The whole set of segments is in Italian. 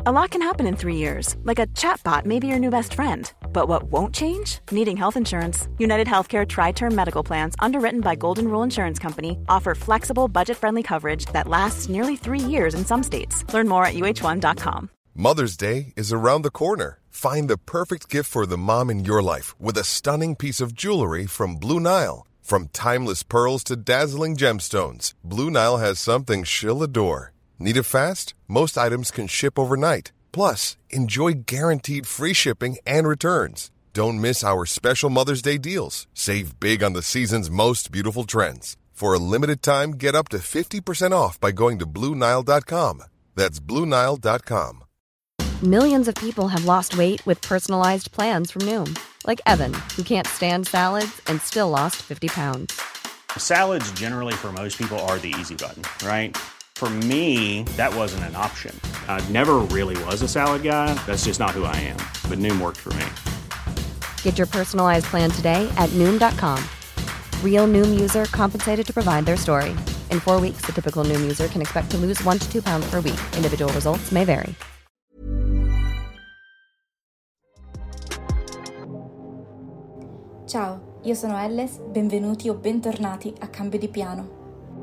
A lot can happen in 3 years, like a chatbot may be your new best friend. But what won't change? Needing health insurance. United Healthcare Tri-Term Medical Plans, underwritten by Golden Rule Insurance Company, offer flexible, budget-friendly coverage that lasts nearly 3 years in some states. Learn more at uh1.com. Mother's Day is around the corner. Find the perfect gift for the mom in your life with a stunning piece of jewelry from Blue Nile. From timeless pearls to dazzling gemstones, Blue Nile has something she'll adore. Need it fast? Most items can ship overnight. Plus, enjoy guaranteed free shipping and returns. Don't miss our special Mother's Day deals. Save big on the season's most beautiful trends. For a limited time, get up to 50% off by going to BlueNile.com. That's BlueNile.com. Millions of people have lost weight with personalized plans from Noom. Like Evan, who can't stand salads and still lost 50 pounds. Salads generally for most people are the easy button, right? For me, that wasn't an option. I never really was a salad guy. That's just not who I am. But Noom worked for me. Get your personalized plan today at Noom.com. Real Noom user compensated to provide their story. In 4 weeks, the typical Noom user can expect to lose 1 to 2 pounds per week. Individual results may vary. Ciao, io sono Elles, benvenuti o bentornati a Cambio di Piano.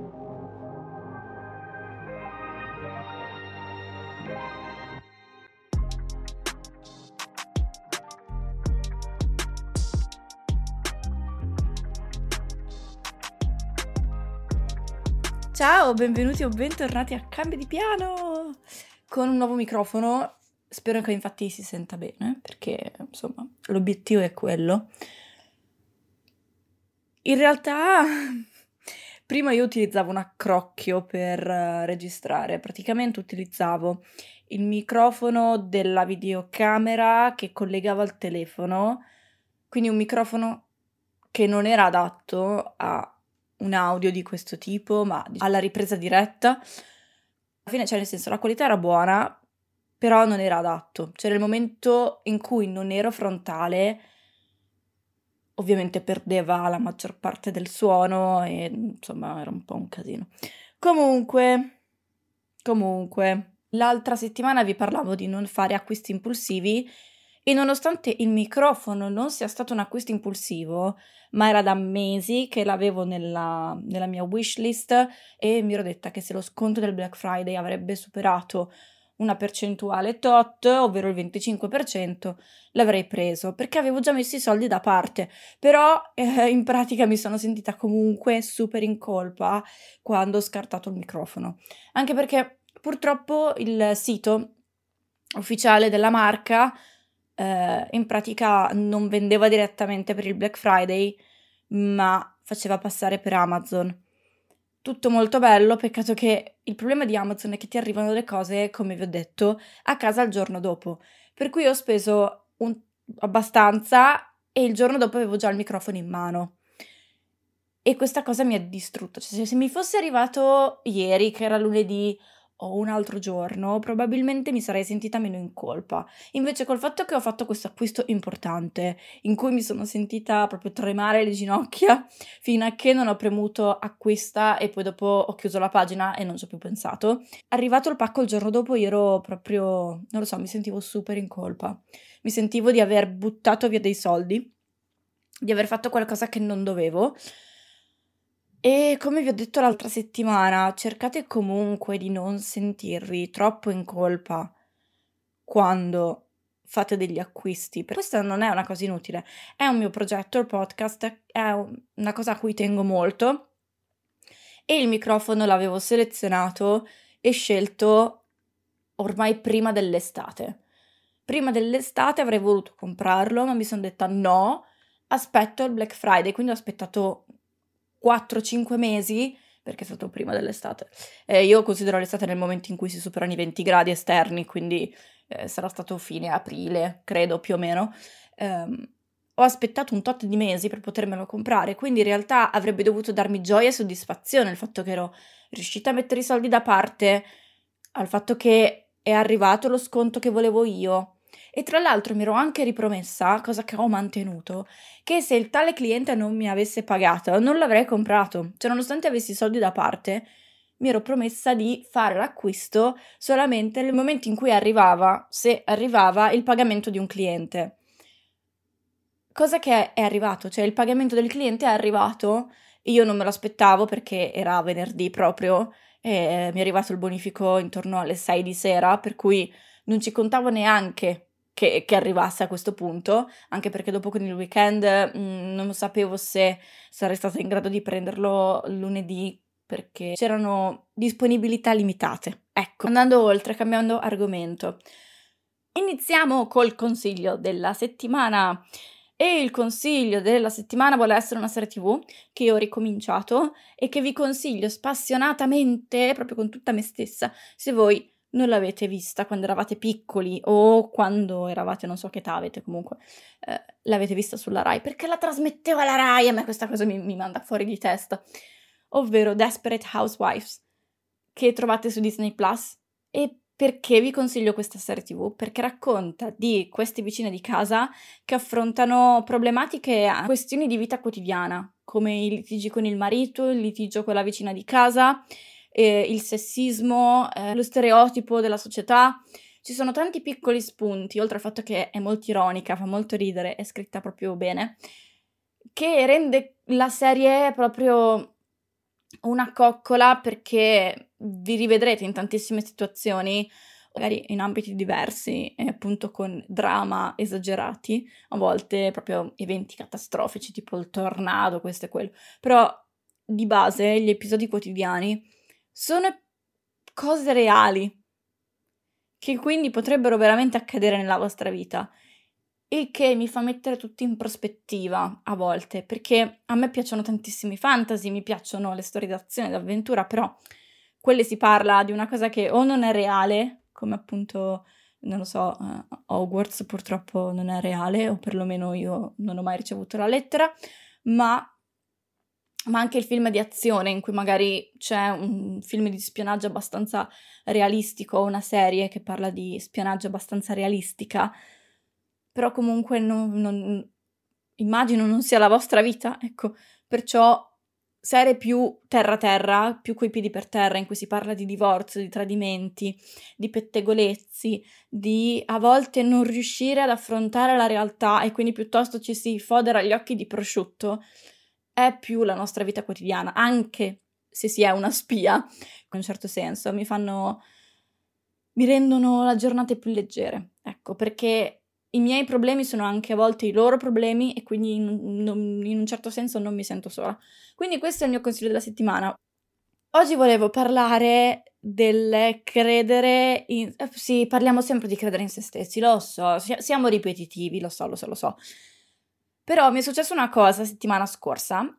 Ciao, benvenuti o bentornati a Cambio di Piano con un nuovo microfono. Spero che infatti si senta bene, perché insomma l'obiettivo è quello. In realtà prima io utilizzavo un accrocchio per registrare, praticamente utilizzavo il microfono della videocamera che collegavo al telefono, quindi un microfono che non era adatto a un audio di questo tipo, ma alla ripresa diretta. Alla fine, cioè nel senso, la qualità era buona, però non era adatto. C'era il momento in cui non ero frontale, ovviamente perdeva la maggior parte del suono e insomma era un po' un casino. Comunque, l'altra settimana vi parlavo di non fare acquisti impulsivi e nonostante il microfono non sia stato un acquisto impulsivo, ma era da mesi che l'avevo nella mia wishlist e mi ero detta che se lo sconto del Black Friday avrebbe superato una percentuale tot, ovvero il 25%, l'avrei preso, perché avevo già messo i soldi da parte, però in pratica mi sono sentita comunque super in colpa quando ho scartato il microfono, anche perché purtroppo il sito ufficiale della marca in pratica non vendeva direttamente per il Black Friday, ma faceva passare per Amazon. Tutto molto bello, peccato che il problema di Amazon è che ti arrivano le cose, come vi ho detto, a casa il giorno dopo. Per cui ho speso abbastanza e il giorno dopo avevo già il microfono in mano. E questa cosa mi ha distrutto. Cioè, se mi fosse arrivato ieri, che era lunedì, o un altro giorno, probabilmente mi sarei sentita meno in colpa. Invece col fatto che ho fatto questo acquisto importante, in cui mi sono sentita proprio tremare le ginocchia, fino a che non ho premuto acquista e poi dopo ho chiuso la pagina e non ci ho più pensato. Arrivato il pacco il giorno dopo io ero proprio, non lo so, mi sentivo super in colpa. Mi sentivo di aver buttato via dei soldi, di aver fatto qualcosa che non dovevo. E come vi ho detto l'altra settimana, cercate comunque di non sentirvi troppo in colpa quando fate degli acquisti. Questa non è una cosa inutile, è un mio progetto, il podcast, è una cosa a cui tengo molto e il microfono l'avevo selezionato e scelto ormai prima dell'estate. Prima dell'estate avrei voluto comprarlo, ma mi sono detta no, aspetto il Black Friday, quindi ho aspettato 4-5 mesi, perché è stato prima dell'estate. Io considero l'estate nel momento in cui si superano i 20 gradi esterni, quindi sarà stato fine aprile, credo, più o meno. Ho aspettato un tot di mesi per potermelo comprare, quindi in realtà avrebbe dovuto darmi gioia e soddisfazione il fatto che ero riuscita a mettere i soldi da parte, al fatto che è arrivato lo sconto che volevo io. E tra l'altro mi ero anche ripromessa, cosa che ho mantenuto, che se il tale cliente non mi avesse pagato non l'avrei comprato. Cioè, nonostante avessi i soldi da parte, mi ero promessa di fare l'acquisto solamente nel momento in cui arrivava, se arrivava, il pagamento di un cliente. Cosa che è arrivato, cioè il pagamento del cliente è arrivato, io non me lo aspettavo perché era venerdì proprio, e mi è arrivato il bonifico intorno alle 6 di sera, per cui non ci contavo neanche che arrivasse a questo punto, anche perché dopo con il weekend non sapevo se sarei stata in grado di prenderlo lunedì, perché c'erano disponibilità limitate. Ecco, andando oltre, cambiando argomento. Iniziamo col consiglio della settimana. E il consiglio della settimana vuole essere una serie TV che io ho ricominciato e che vi consiglio spassionatamente, proprio con tutta me stessa, se voi non l'avete vista quando eravate piccoli o quando eravate, non so che età avete comunque, l'avete vista sulla Rai, perché la trasmetteva la Rai, a me questa cosa mi manda fuori di testa, ovvero Desperate Housewives, che trovate su Disney Plus. E perché vi consiglio questa serie TV? Perché racconta di queste vicine di casa che affrontano problematiche a questioni di vita quotidiana, come i litigi con il marito, il litigio con la vicina di casa, il sessismo, lo stereotipo della società. Ci sono tanti piccoli spunti, oltre al fatto che è molto ironica, fa molto ridere, è scritta proprio bene, che rende la serie proprio una coccola, perché vi rivedrete in tantissime situazioni, magari in ambiti diversi e appunto con drama esagerati, a volte proprio eventi catastrofici tipo il tornado, questo e quello, però di base gli episodi quotidiani sono cose reali che quindi potrebbero veramente accadere nella vostra vita. Il che mi fa mettere tutto in prospettiva a volte, perché a me piacciono tantissimi fantasy, mi piacciono le storie d'azione, d'avventura, però quelle si parla di una cosa che o non è reale, come appunto, non lo so, Hogwarts purtroppo non è reale, o perlomeno io non ho mai ricevuto la lettera, ma anche il film di azione in cui magari c'è un film di spionaggio abbastanza realistico o una serie che parla di spionaggio abbastanza realistica, però comunque non immagino non sia la vostra vita, ecco, perciò serie più terra, più coi piedi per terra, in cui si parla di divorzio, di tradimenti, di pettegolezzi, di a volte non riuscire ad affrontare la realtà e quindi piuttosto ci si fodera gli occhi di prosciutto, è più la nostra vita quotidiana, anche se si è una spia, in un certo senso, mi rendono la giornata più leggere, ecco, perché i miei problemi sono anche a volte i loro problemi e quindi in un certo senso non mi sento sola. Quindi questo è il mio consiglio della settimana. Oggi volevo parlare del credere in... sì, parliamo sempre di credere in se stessi, lo so, siamo ripetitivi, lo so. Però mi è successa una cosa settimana scorsa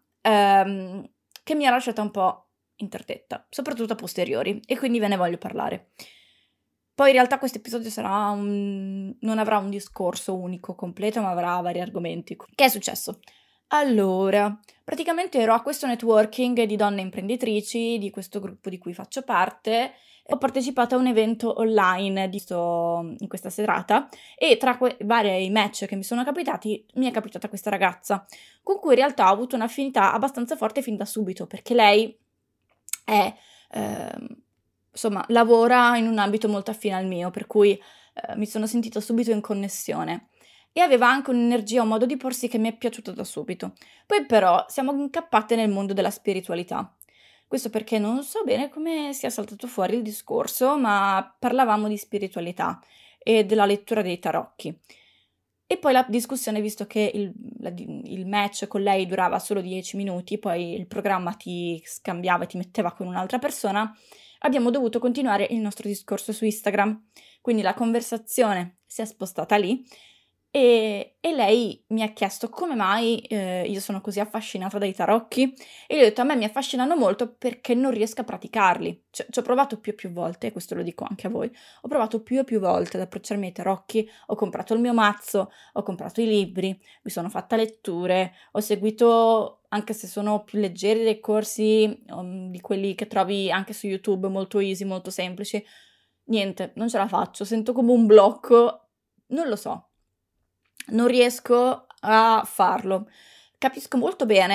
che mi ha lasciata un po' interdetta, soprattutto a posteriori, e quindi ve ne voglio parlare. Poi in realtà questo episodio non avrà un discorso unico, completo, ma avrà vari argomenti. Che è successo? Allora, praticamente ero a questo networking di donne imprenditrici, di questo gruppo di cui faccio parte. Ho partecipato a un evento online in questa serata e tra vari match che mi sono capitati mi è capitata questa ragazza con cui in realtà ho avuto un'affinità abbastanza forte fin da subito, perché lei è... insomma, lavora in un ambito molto affine al mio, per cui mi sono sentita subito in connessione. E aveva anche un'energia, un modo di porsi che mi è piaciuto da subito. Poi però siamo incappate nel mondo della spiritualità. Questo perché non so bene come sia saltato fuori il discorso, ma parlavamo di spiritualità e della lettura dei tarocchi. E poi la discussione, visto che il match con lei durava solo 10 minuti, poi il programma ti scambiava e ti metteva con un'altra persona, abbiamo dovuto continuare il nostro discorso su Instagram. Quindi la conversazione si è spostata lì e lei mi ha chiesto come mai io sono così affascinata dai tarocchi, e io ho detto a me mi affascinano molto perché non riesco a praticarli. Ci ho provato più e più volte, e questo lo dico anche a voi, ho provato più e più volte ad approcciarmi ai tarocchi, ho comprato il mio mazzo, ho comprato i libri, mi sono fatta letture, ho seguito, anche se sono più leggeri, dei corsi di quelli che trovi anche su YouTube, molto easy, molto semplici. Niente, non ce la faccio, sento come un blocco, non lo so, non riesco a farlo. Capisco molto bene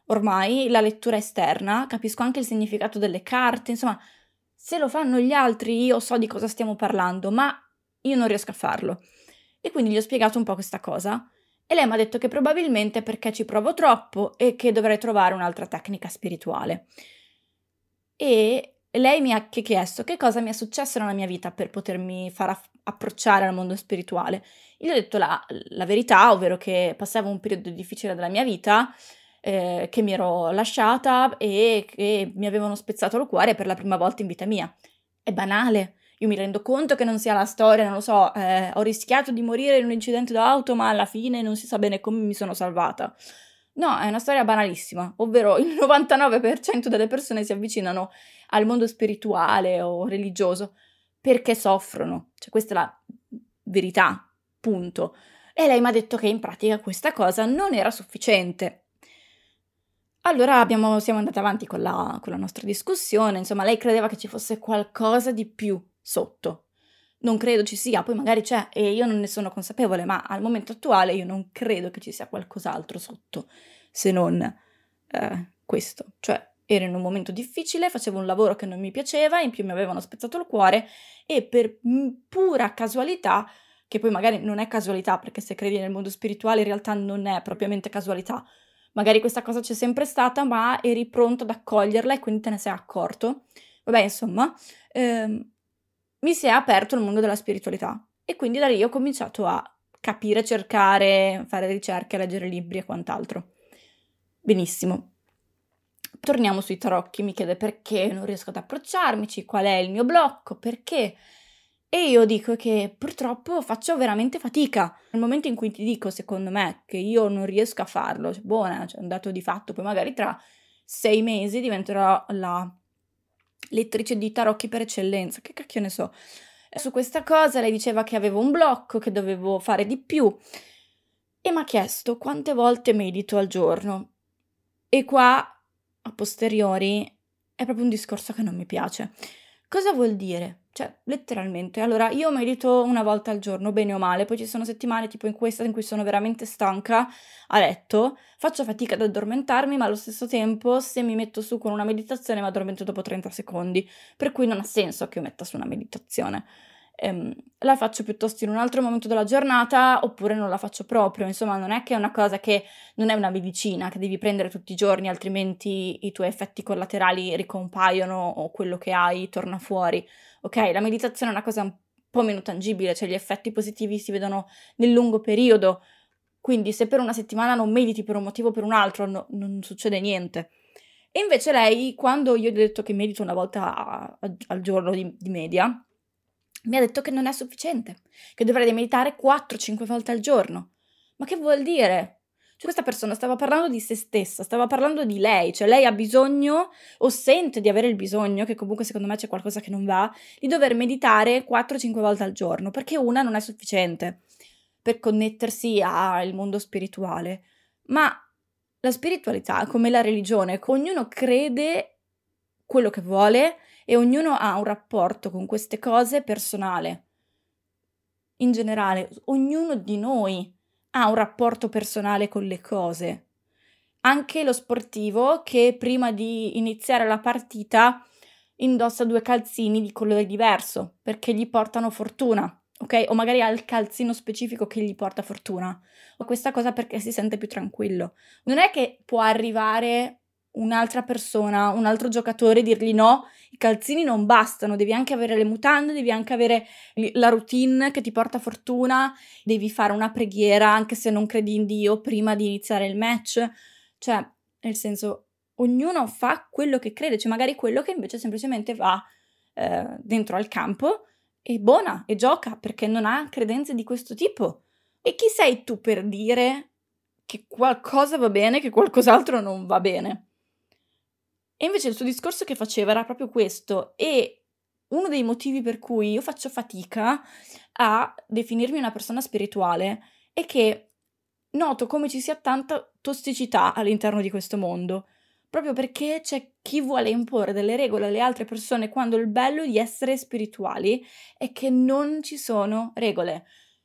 ormai la lettura esterna, capisco anche il significato delle carte, insomma, se lo fanno gli altri io so di cosa stiamo parlando, ma io non riesco a farlo. E quindi gli ho spiegato un po' questa cosa e lei mi ha detto che probabilmente è perché ci provo troppo e che dovrei trovare un'altra tecnica spirituale. E lei mi ha chiesto che cosa mi è successo nella mia vita per potermi far approcciare al mondo spirituale. Io ho detto la verità, ovvero che passavo un periodo difficile della mia vita, che mi ero lasciata e che mi avevano spezzato il cuore per la prima volta in vita mia. È banale, io mi rendo conto che non sia la storia, non lo so, ho rischiato di morire in un incidente d'auto, ma alla fine non si sa bene come mi sono salvata. No, è una storia banalissima, ovvero il 99% delle persone si avvicinano al mondo spirituale o religioso perché soffrono, cioè questa è la verità, punto. E lei mi ha detto che in pratica questa cosa non era sufficiente. Allora siamo andati avanti con la nostra discussione, insomma lei credeva che ci fosse qualcosa di più sotto. Non credo ci sia, poi magari c'è e io non ne sono consapevole, ma al momento attuale io non credo che ci sia qualcos'altro sotto, se non questo. Cioè ero in un momento difficile, facevo un lavoro che non mi piaceva, in più mi avevano spezzato il cuore e per pura casualità, che poi magari non è casualità perché se credi nel mondo spirituale in realtà non è propriamente casualità, magari questa cosa c'è sempre stata, ma eri pronto ad accoglierla e quindi te ne sei accorto. Vabbè, insomma, mi si è aperto il mondo della spiritualità e quindi da lì ho cominciato a capire, cercare, fare ricerche, leggere libri e quant'altro. Benissimo. Torniamo sui tarocchi, mi chiede perché non riesco ad approcciarmici, qual è il mio blocco, perché... E io dico che purtroppo faccio veramente fatica. Nel momento in cui ti dico, secondo me, che io non riesco a farlo, buona, cioè un dato di fatto, poi magari tra 6 mesi diventerò la lettrice di tarocchi per eccellenza, che cacchio ne so. E su questa cosa lei diceva che avevo un blocco, che dovevo fare di più, e mi ha chiesto quante volte medito al giorno. E qua, a posteriori, è proprio un discorso che non mi piace. Cosa vuol dire? Cioè, letteralmente, allora io medito una volta al giorno, bene o male, poi ci sono settimane tipo in questa in cui sono veramente stanca a letto, faccio fatica ad addormentarmi, ma allo stesso tempo se mi metto su con una meditazione mi addormento dopo 30 secondi, per cui non ha senso che io metta su una meditazione. La faccio piuttosto in un altro momento della giornata oppure non la faccio proprio, insomma non è che è una cosa che non è una medicina che devi prendere tutti i giorni altrimenti i tuoi effetti collaterali ricompaiono o quello che hai torna fuori. Ok, la meditazione è una cosa un po' meno tangibile, cioè gli effetti positivi si vedono nel lungo periodo, quindi se per una settimana non mediti per un motivo o per un altro non succede niente. E invece lei, quando io gli ho detto che medito una volta al giorno di media, mi ha detto che non è sufficiente, che dovrei meditare 4-5 volte al giorno. Ma che vuol dire? Cioè, questa persona stava parlando di se stessa, stava parlando di lei, cioè lei ha bisogno o sente di avere il bisogno, che comunque secondo me c'è qualcosa che non va, di dover meditare 4-5 volte al giorno, perché una non è sufficiente per connettersi al mondo spirituale. Ma la spiritualità, come la religione, ognuno crede quello che vuole e ognuno ha un rapporto con queste cose personale. In generale, ognuno di noi ha un rapporto personale con le cose. Anche lo sportivo che prima di iniziare la partita indossa 2 calzini di colore diverso perché gli portano fortuna, ok? O magari ha il calzino specifico che gli porta fortuna. O questa cosa perché si sente più tranquillo. Non è che può arrivare un'altra persona, un altro giocatore e dirgli no, i calzini non bastano, devi anche avere le mutande, devi anche avere la routine che ti porta fortuna, devi fare una preghiera anche se non credi in Dio prima di iniziare il match, cioè nel senso ognuno fa quello che crede, cioè magari quello che invece semplicemente va dentro al campo e buona e gioca perché non ha credenze di questo tipo. E chi sei tu per dire che qualcosa va bene, che qualcos'altro non va bene? E invece il suo discorso che faceva era proprio questo, e uno dei motivi per cui io faccio fatica a definirmi una persona spirituale è che noto come ci sia tanta tossicità all'interno di questo mondo, proprio perché c'è chi vuole imporre delle regole alle altre persone quando il bello di essere spirituali è che non ci sono regole.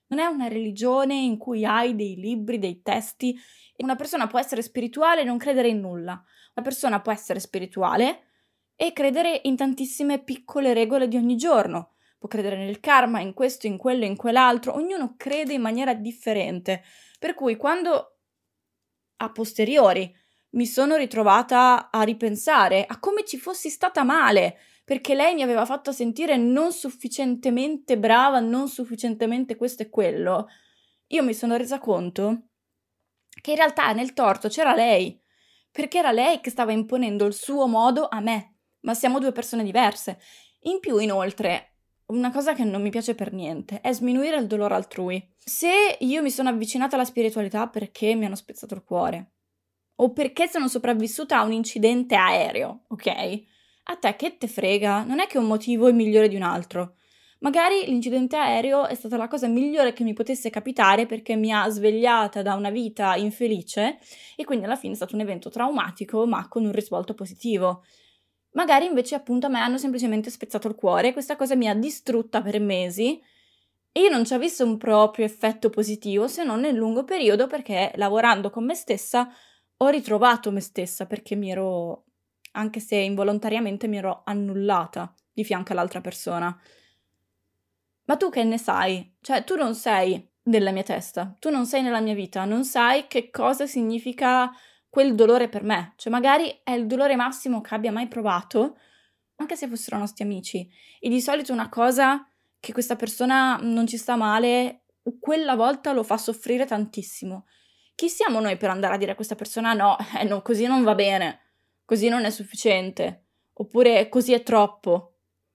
Non è una religione in cui hai dei libri, dei testi. Una persona può essere spirituale e non credere in nulla. Una persona può essere spirituale e credere in tantissime piccole regole di ogni giorno. Può credere nel karma, in questo, in quello, in quell'altro. Ognuno crede in maniera differente. Per cui quando a posteriori mi sono ritrovata a ripensare a come ci fossi stata male, perché lei mi aveva fatto sentire non sufficientemente brava, non sufficientemente questo e quello, io mi sono resa conto che in realtà nel torto c'era lei, perché era lei che stava imponendo il suo modo a me, ma siamo due persone diverse. In più, inoltre, una cosa che non mi piace per niente è sminuire il dolore altrui. Se io mi sono avvicinata alla spiritualità perché mi hanno spezzato il cuore, o perché sono sopravvissuta a un incidente aereo, ok? A te che te frega? Non è che un motivo è migliore di un altro. Magari l'incidente aereo è stata la cosa migliore che mi potesse capitare perché mi ha svegliata da una vita infelice e quindi alla fine è stato un evento traumatico ma con un risvolto positivo. Magari invece appunto a me hanno semplicemente spezzato il cuore e questa cosa mi ha distrutta per mesi e io non ci ho visto un proprio effetto positivo se non nel lungo periodo perché lavorando con me stessa ho ritrovato me stessa perché anche se involontariamente mi ero annullata di fianco all'altra persona. Ma tu che ne sai? Cioè, tu non sei nella mia testa, tu non sei nella mia vita, non sai che cosa significa quel dolore per me. Cioè, magari è il dolore massimo che abbia mai provato, anche se fossero nostri amici. E di solito una cosa che questa persona non ci sta male, quella volta lo fa soffrire tantissimo. Chi siamo noi per andare a dire a questa persona no, così non va bene, così non è sufficiente, oppure così è troppo?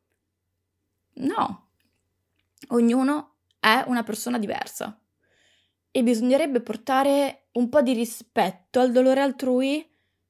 No, ognuno è una persona diversa e bisognerebbe portare un po' di rispetto al dolore altrui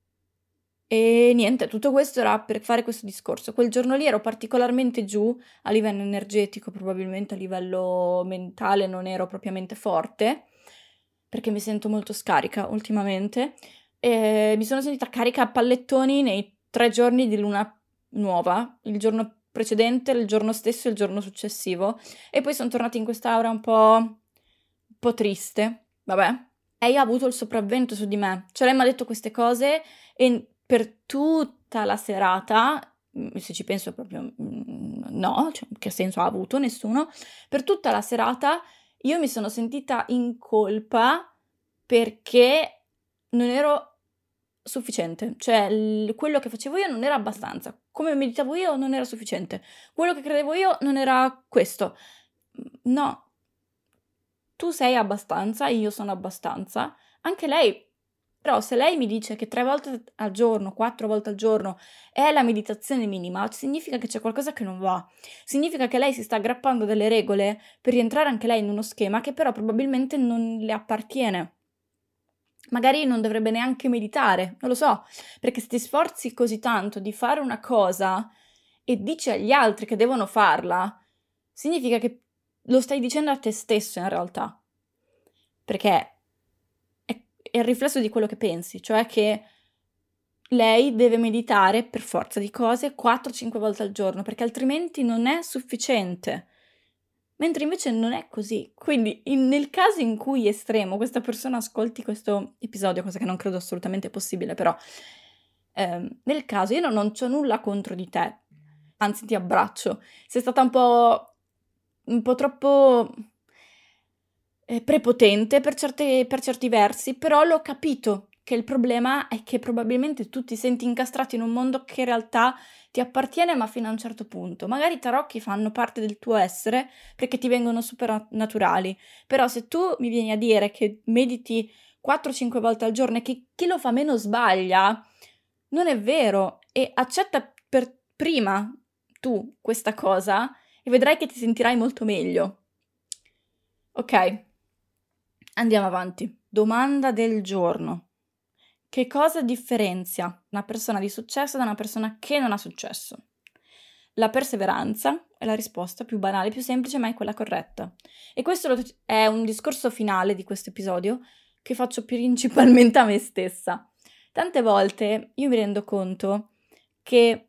e niente, tutto questo era per fare questo discorso. Quel giorno lì ero particolarmente giù a livello energetico, probabilmente a livello mentale non ero propriamente forte, perché mi sento molto scarica ultimamente, e mi sono sentita carica a pallettoni nei 3 giorni di luna nuova, il giorno precedente, il giorno stesso e il giorno successivo, e poi sono tornata in quest'aura un po' triste, vabbè. Lei ha avuto il sopravvento su di me, cioè lei mi ha detto queste cose e per tutta la serata, se ci penso proprio no, cioè, che senso ha avuto? Nessuno, per tutta la serata io mi sono sentita in colpa perché non ero sufficiente, cioè quello che facevo io non era abbastanza, come meditavo io non era sufficiente, quello che credevo io non era questo. No, tu sei abbastanza, io sono abbastanza, anche lei. Però se lei mi dice che 3 volte al giorno, 4 volte al giorno è la meditazione minima, significa che c'è qualcosa che non va. Significa che lei si sta aggrappando delle regole per rientrare anche lei in uno schema che però probabilmente non le appartiene. Magari non dovrebbe neanche meditare, non lo so, perché se ti sforzi così tanto di fare una cosa e dici agli altri che devono farla, significa che lo stai dicendo a te stesso in realtà. Perché è il riflesso di quello che pensi, cioè che lei deve meditare per forza di cose 4-5 volte al giorno, perché altrimenti non è sufficiente. Mentre invece non è così. Quindi nel caso in cui estremo questa persona ascolti questo episodio, cosa che non credo assolutamente possibile, però nel caso io non c'ho nulla contro di te, anzi ti abbraccio. Sei stata un po' troppo prepotente per certi versi, però l'ho capito che il problema è che probabilmente tu ti senti incastrato in un mondo che in realtà ti appartiene ma fino a un certo punto. Magari i tarocchi fanno parte del tuo essere perché ti vengono super naturali, però se tu mi vieni a dire che mediti 4-5 volte al giorno e che chi lo fa meno sbaglia, non è vero, e accetta per prima tu questa cosa e vedrai che ti sentirai molto meglio. Ok, andiamo avanti. Domanda del giorno. Che cosa differenzia una persona di successo da una persona che non ha successo? La perseveranza è la risposta più banale, più semplice, ma è quella corretta. E questo è un discorso finale di questo episodio che faccio principalmente a me stessa. Tante volte io mi rendo conto che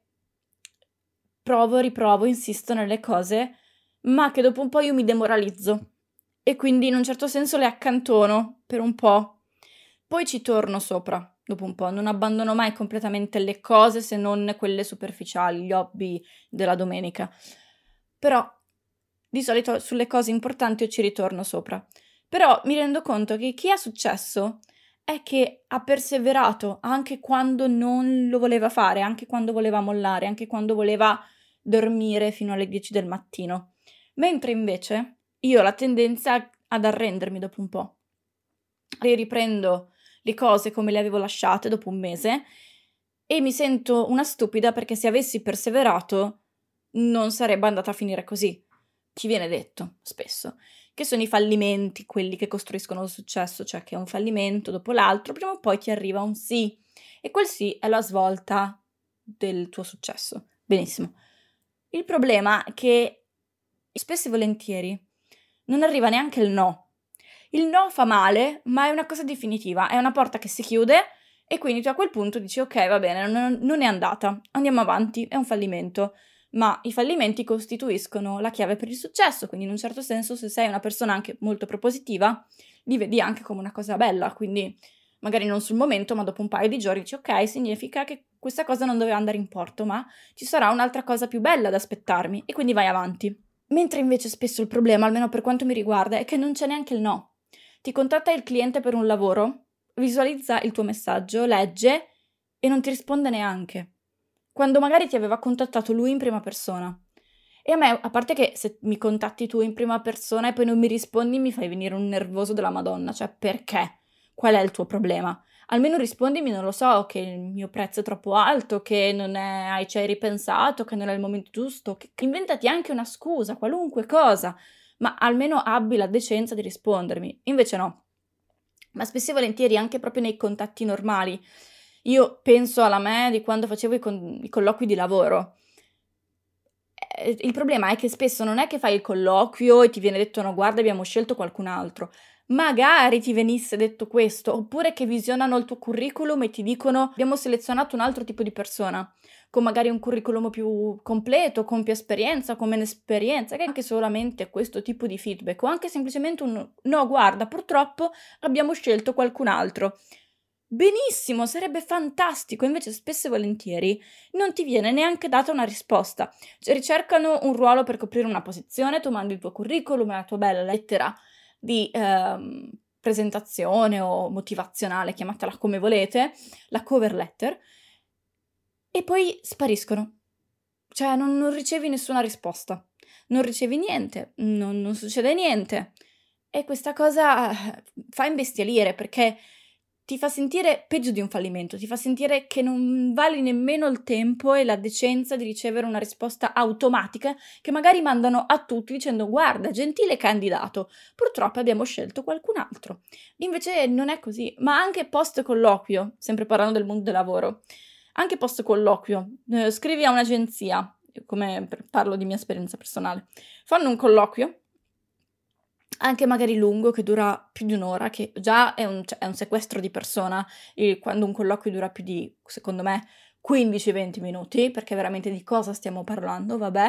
provo, riprovo, insisto nelle cose, ma che dopo un po' io mi demoralizzo e quindi in un certo senso le accantono per un po'. Poi ci torno sopra dopo un po', non abbandono mai completamente le cose se non quelle superficiali, gli hobby della domenica. Però di solito sulle cose importanti io ci ritorno sopra. Però mi rendo conto che chi è successo è che ha perseverato anche quando non lo voleva fare, anche quando voleva mollare, anche quando voleva dormire fino alle 10 del mattino. Mentre invece io ho la tendenza ad arrendermi dopo un po'. E riprendo le cose come le avevo lasciate dopo un mese e mi sento una stupida perché se avessi perseverato non sarebbe andata a finire così. Ci viene detto spesso che sono i fallimenti quelli che costruiscono il successo, cioè che un fallimento dopo l'altro, prima o poi ti arriva un sì e quel sì è la svolta del tuo successo. Benissimo. Il problema è che spesso e volentieri non arriva neanche il no. Il no fa male, ma è una cosa definitiva, è una porta che si chiude e quindi tu a quel punto dici ok, va bene, non è andata, andiamo avanti, è un fallimento. Ma i fallimenti costituiscono la chiave per il successo, quindi in un certo senso se sei una persona anche molto propositiva, li vedi anche come una cosa bella, quindi magari non sul momento, ma dopo un paio di giorni dici ok, significa che questa cosa non doveva andare in porto, ma ci sarà un'altra cosa più bella da aspettarmi e quindi vai avanti. Mentre invece spesso il problema, almeno per quanto mi riguarda, è che non c'è neanche il no. Ti contatta il cliente per un lavoro, visualizza il tuo messaggio, legge e non ti risponde neanche. Quando magari ti aveva contattato lui in prima persona. E a me, a parte che se mi contatti tu in prima persona e poi non mi rispondi, mi fai venire un nervoso della Madonna. Cioè, perché? Qual è il tuo problema? Almeno rispondimi, non lo so, che il mio prezzo è troppo alto, che ci hai ripensato, che non è il momento giusto. Inventati anche una scusa, qualunque cosa, ma almeno abbi la decenza di rispondermi. Invece no. Ma spesso e volentieri anche proprio nei contatti normali. Io penso alla me di quando facevo i colloqui di lavoro. Il problema è che spesso non è che fai il colloquio e ti viene detto no, guarda, abbiamo scelto qualcun altro. Magari ti venisse detto questo, oppure che visionano il tuo curriculum e ti dicono abbiamo selezionato un altro tipo di persona, con magari un curriculum più completo, con più esperienza, con meno esperienza, che anche solamente questo tipo di feedback, o anche semplicemente un no, guarda, purtroppo abbiamo scelto qualcun altro. Benissimo, sarebbe fantastico, invece spesso e volentieri non ti viene neanche data una risposta. Cioè, ricercano un ruolo per coprire una posizione, tu mandi il tuo curriculum e la tua bella lettera di presentazione o motivazionale, chiamatela come volete, la cover letter, e poi spariscono. Cioè non ricevi nessuna risposta, non ricevi niente, non succede niente. E questa cosa fa imbestialire perché ti fa sentire peggio di un fallimento, ti fa sentire che non vali nemmeno il tempo e la decenza di ricevere una risposta automatica che magari mandano a tutti dicendo guarda, gentile candidato, purtroppo abbiamo scelto qualcun altro. Invece non è così, ma anche post colloquio, sempre parlando del mondo del lavoro, anche post colloquio, scrivi a un'agenzia, come parlo di mia esperienza personale, fanno un colloquio, anche magari lungo, che dura più di un'ora, che già è un sequestro di persona, quando un colloquio dura più di, secondo me, 15-20 minuti, perché veramente di cosa stiamo parlando, vabbè.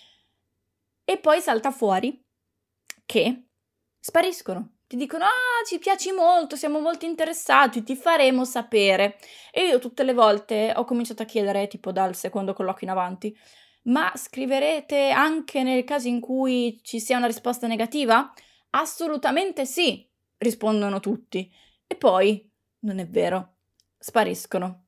E poi salta fuori che spariscono. Ti dicono, ci piaci molto, siamo molto interessati, ti faremo sapere. E io tutte le volte ho cominciato a chiedere, tipo dal secondo colloquio in avanti, ma scriverete anche nel caso in cui ci sia una risposta negativa? Assolutamente sì, rispondono tutti. E poi, non è vero, spariscono.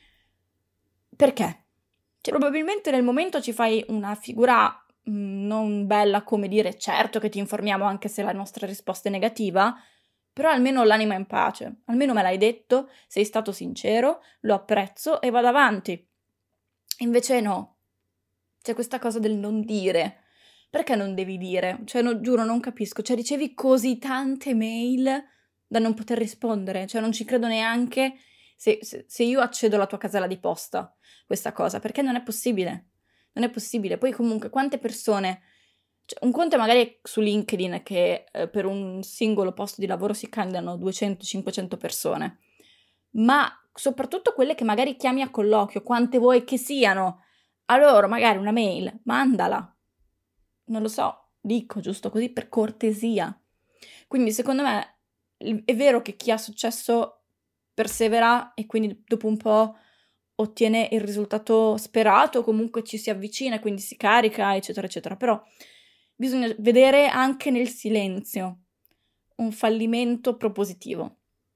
Perché? Cioè, probabilmente nel momento ci fai una figura non bella come dire certo che ti informiamo anche se la nostra risposta è negativa, però almeno l'anima è in pace, almeno me l'hai detto, sei stato sincero, lo apprezzo e vado avanti. Invece no, c'è questa cosa del non dire. Perché non devi dire? Cioè, giuro, non capisco. Cioè, ricevi così tante mail da non poter rispondere. Cioè, non ci credo neanche se io accedo alla tua casella di posta questa cosa, perché non è possibile. Non è possibile. Poi comunque, quante persone... Cioè, un conto è magari su LinkedIn che per un singolo posto di lavoro si candidano 200-500 persone, ma soprattutto quelle che magari chiami a colloquio, quante vuoi che siano, allora magari una mail, mandala. Non lo so, dico giusto così per cortesia. Quindi secondo me è vero che chi ha successo persevera e quindi dopo un po' ottiene il risultato sperato, comunque ci si avvicina, quindi si carica, eccetera, eccetera. Però bisogna vedere anche nel silenzio un fallimento propositivo.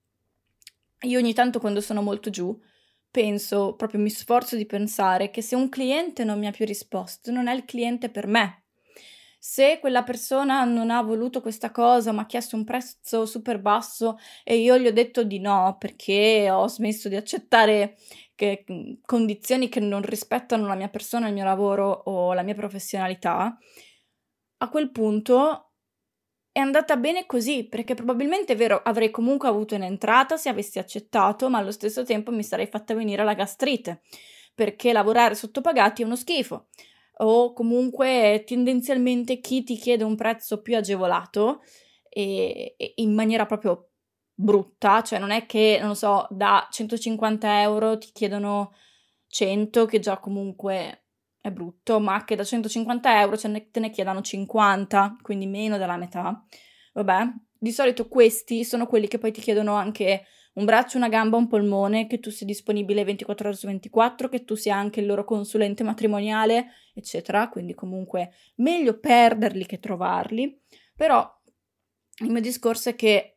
Io ogni tanto quando sono molto giù penso, proprio mi sforzo di pensare che se un cliente non mi ha più risposto, non è il cliente per me. Se quella persona non ha voluto questa cosa, ma ha chiesto un prezzo super basso e io gli ho detto di no perché ho smesso di accettare condizioni che non rispettano la mia persona, il mio lavoro o la mia professionalità, a quel punto è andata bene così, perché probabilmente è vero, avrei comunque avuto un'entrata se avessi accettato, ma allo stesso tempo mi sarei fatta venire la gastrite, perché lavorare sottopagati è uno schifo. O comunque tendenzialmente chi ti chiede un prezzo più agevolato e in maniera proprio brutta, cioè non è che, non lo so, da 150 euro ti chiedono 100, che già comunque è brutto, ma che da 150 euro te ne chiedano 50, quindi meno della metà. Vabbè, di solito questi sono quelli che poi ti chiedono anche un braccio, una gamba, un polmone, che tu sia disponibile 24 ore su 24, che tu sia anche il loro consulente matrimoniale, eccetera. Quindi comunque meglio perderli che trovarli. Però il mio discorso è che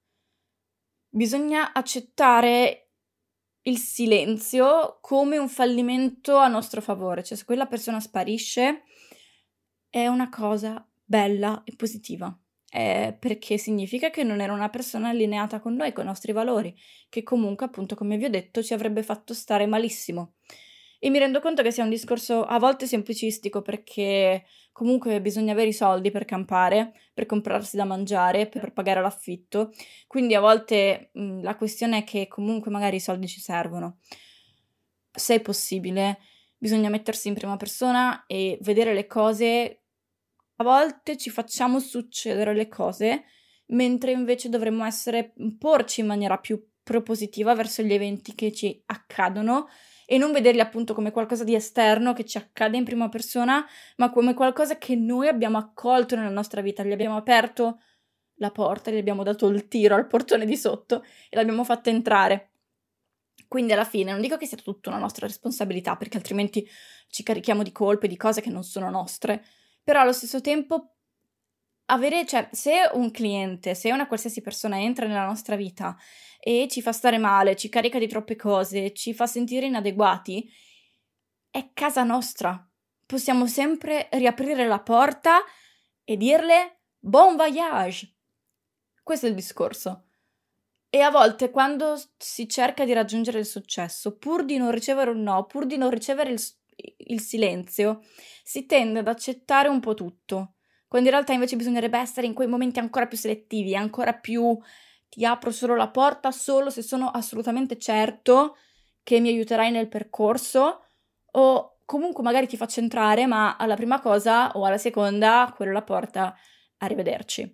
bisogna accettare il silenzio come un fallimento a nostro favore. Cioè, se quella persona sparisce è una cosa bella e positiva. Perché significa che non era una persona allineata con noi, con i nostri valori, che comunque, appunto, come vi ho detto, ci avrebbe fatto stare malissimo. E mi rendo conto che sia un discorso a volte semplicistico, perché comunque bisogna avere i soldi per campare, per comprarsi da mangiare, per pagare l'affitto. Quindi a volte la questione è che comunque magari i soldi ci servono. Se è possibile, bisogna mettersi in prima persona e vedere le cose. A volte ci facciamo succedere le cose, mentre invece dovremmo porci in maniera più propositiva verso gli eventi che ci accadono e non vederli appunto come qualcosa di esterno che ci accade in prima persona, ma come qualcosa che noi abbiamo accolto nella nostra vita, gli abbiamo aperto la porta, gli abbiamo dato il tiro al portone di sotto e l'abbiamo fatta entrare. Quindi alla fine non dico che sia tutta una nostra responsabilità, perché altrimenti ci carichiamo di colpe, di cose che non sono nostre, però allo stesso tempo cioè, se un cliente, se una qualsiasi persona entra nella nostra vita e ci fa stare male, ci carica di troppe cose, ci fa sentire inadeguati, è casa nostra. Possiamo sempre riaprire la porta e dirle bon voyage. Questo è il discorso. E a volte quando si cerca di raggiungere il successo, pur di non ricevere un no, pur di non ricevere il silenzio, si tende ad accettare un po' tutto, quando in realtà invece bisognerebbe essere in quei momenti ancora più selettivi, ancora più ti apro solo la porta solo se sono assolutamente certo che mi aiuterai nel percorso, o comunque magari ti faccio entrare, ma alla prima cosa o alla seconda, quella è la porta, arrivederci.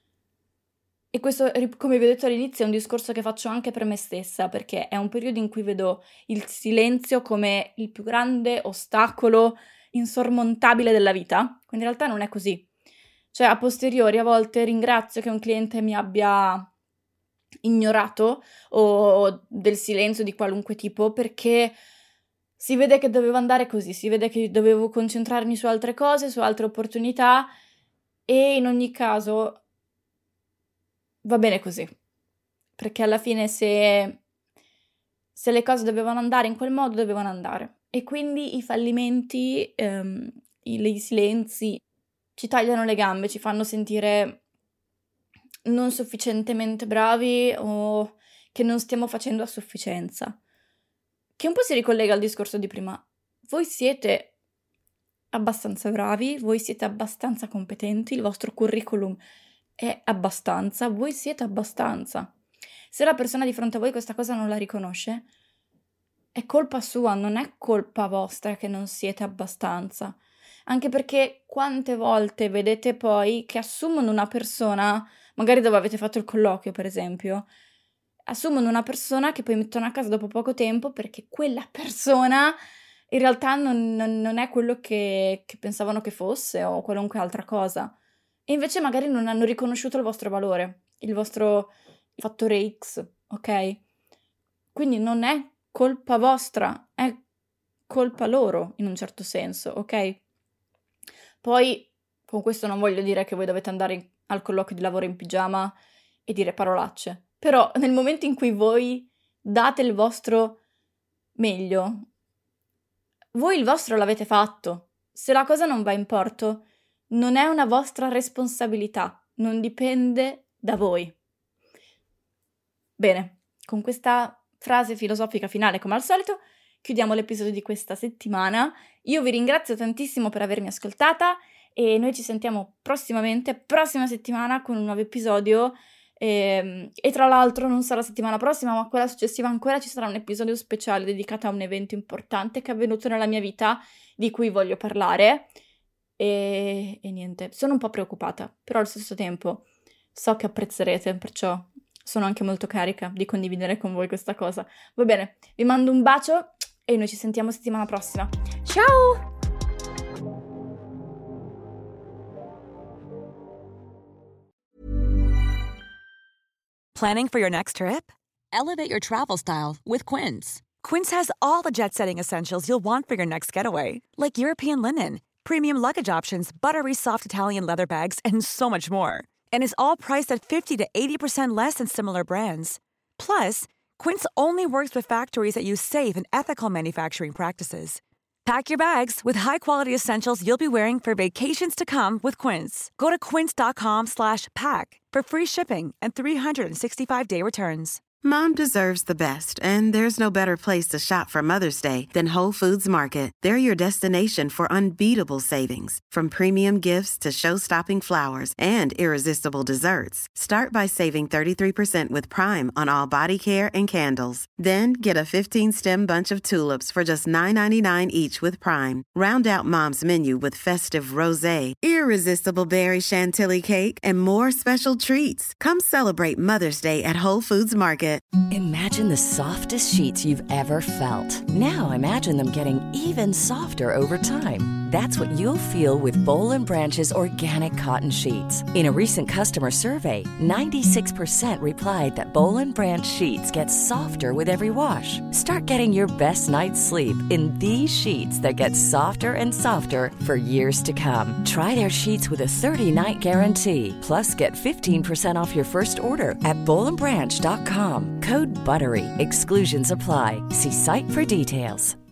E questo, come vi ho detto all'inizio, è un discorso che faccio anche per me stessa, perché è un periodo in cui vedo il silenzio come il più grande ostacolo insormontabile della vita, quando in realtà non è così. Cioè, a posteriori, a volte ringrazio che un cliente mi abbia ignorato o del silenzio di qualunque tipo, perché si vede che dovevo andare così, si vede che dovevo concentrarmi su altre cose, su altre opportunità, e in ogni caso va bene così, perché alla fine se le cose dovevano andare in quel modo, dovevano andare. E quindi i fallimenti, i silenzi ci tagliano le gambe, ci fanno sentire non sufficientemente bravi o che non stiamo facendo a sufficienza. Che un po' si ricollega al discorso di prima. Voi siete abbastanza bravi, voi siete abbastanza competenti, il vostro curriculum è abbastanza, voi siete abbastanza. Se la persona di fronte a voi questa cosa non la riconosce, è colpa sua, non è colpa vostra che non siete abbastanza. Anche perché quante volte vedete poi che assumono una persona, magari dove avete fatto il colloquio per esempio, assumono una persona che poi mettono a casa dopo poco tempo perché quella persona in realtà non è quello che pensavano che fosse o qualunque altra cosa. e invece magari non hanno riconosciuto il vostro valore, il vostro fattore X, ok? Quindi non è colpa vostra, è colpa loro in un certo senso, ok? Poi con questo non voglio dire che voi dovete andare al colloquio di lavoro in pigiama e dire parolacce, però nel momento in cui voi date il vostro meglio, voi il vostro l'avete fatto. Se la cosa non va in porto, non è una vostra responsabilità, non dipende da voi. Bene, con questa frase filosofica finale, come al solito, chiudiamo l'episodio di questa settimana. Io vi ringrazio tantissimo per avermi ascoltata e noi ci sentiamo prossimamente, prossima settimana, con un nuovo episodio. E tra l'altro non sarà settimana prossima, ma quella successiva ancora ci sarà un episodio speciale dedicato a un evento importante che è avvenuto nella mia vita, di cui voglio parlare. E niente, sono un po' preoccupata, però allo stesso tempo so che apprezzerete, perciò sono anche molto carica di condividere con voi questa cosa. Va bene, vi mando un bacio e noi ci sentiamo settimana prossima. Ciao! Planning for your next trip? Elevate your travel style with Quince. Quince has all the jet-setting essentials you'll want for your next getaway, like European linen, premium luggage options, buttery soft Italian leather bags, and so much more. And is all priced at 50 to 80% less than similar brands. Plus, Quince only works with factories that use safe and ethical manufacturing practices. Pack your bags with high-quality essentials you'll be wearing for vacations to come with Quince. Go to quince.com/pack for free shipping and 365-day returns. Mom deserves the best, and there's no better place to shop for Mother's Day than Whole Foods Market. They're your destination for unbeatable savings, from premium gifts to show-stopping flowers and irresistible desserts. Start by saving 33% with Prime on all body care and candles. Then get a 15-stem bunch of tulips for just $9.99 each with Prime. Round out Mom's menu with festive rosé, irresistible berry chantilly cake, and more special treats. Come celebrate Mother's Day at Whole Foods Market. Imagine the softest sheets you've ever felt. Now imagine them getting even softer over time. That's what you'll feel with Boll & Branch's organic cotton sheets. In a recent customer survey, 96% replied that Boll & Branch sheets get softer with every wash. Start getting your best night's sleep in these sheets that get softer and softer for years to come. Try their sheets with a 30-night guarantee. Plus, get 15% off your first order at bollandbranch.com. Code BUTTERY. Exclusions apply. See site for details.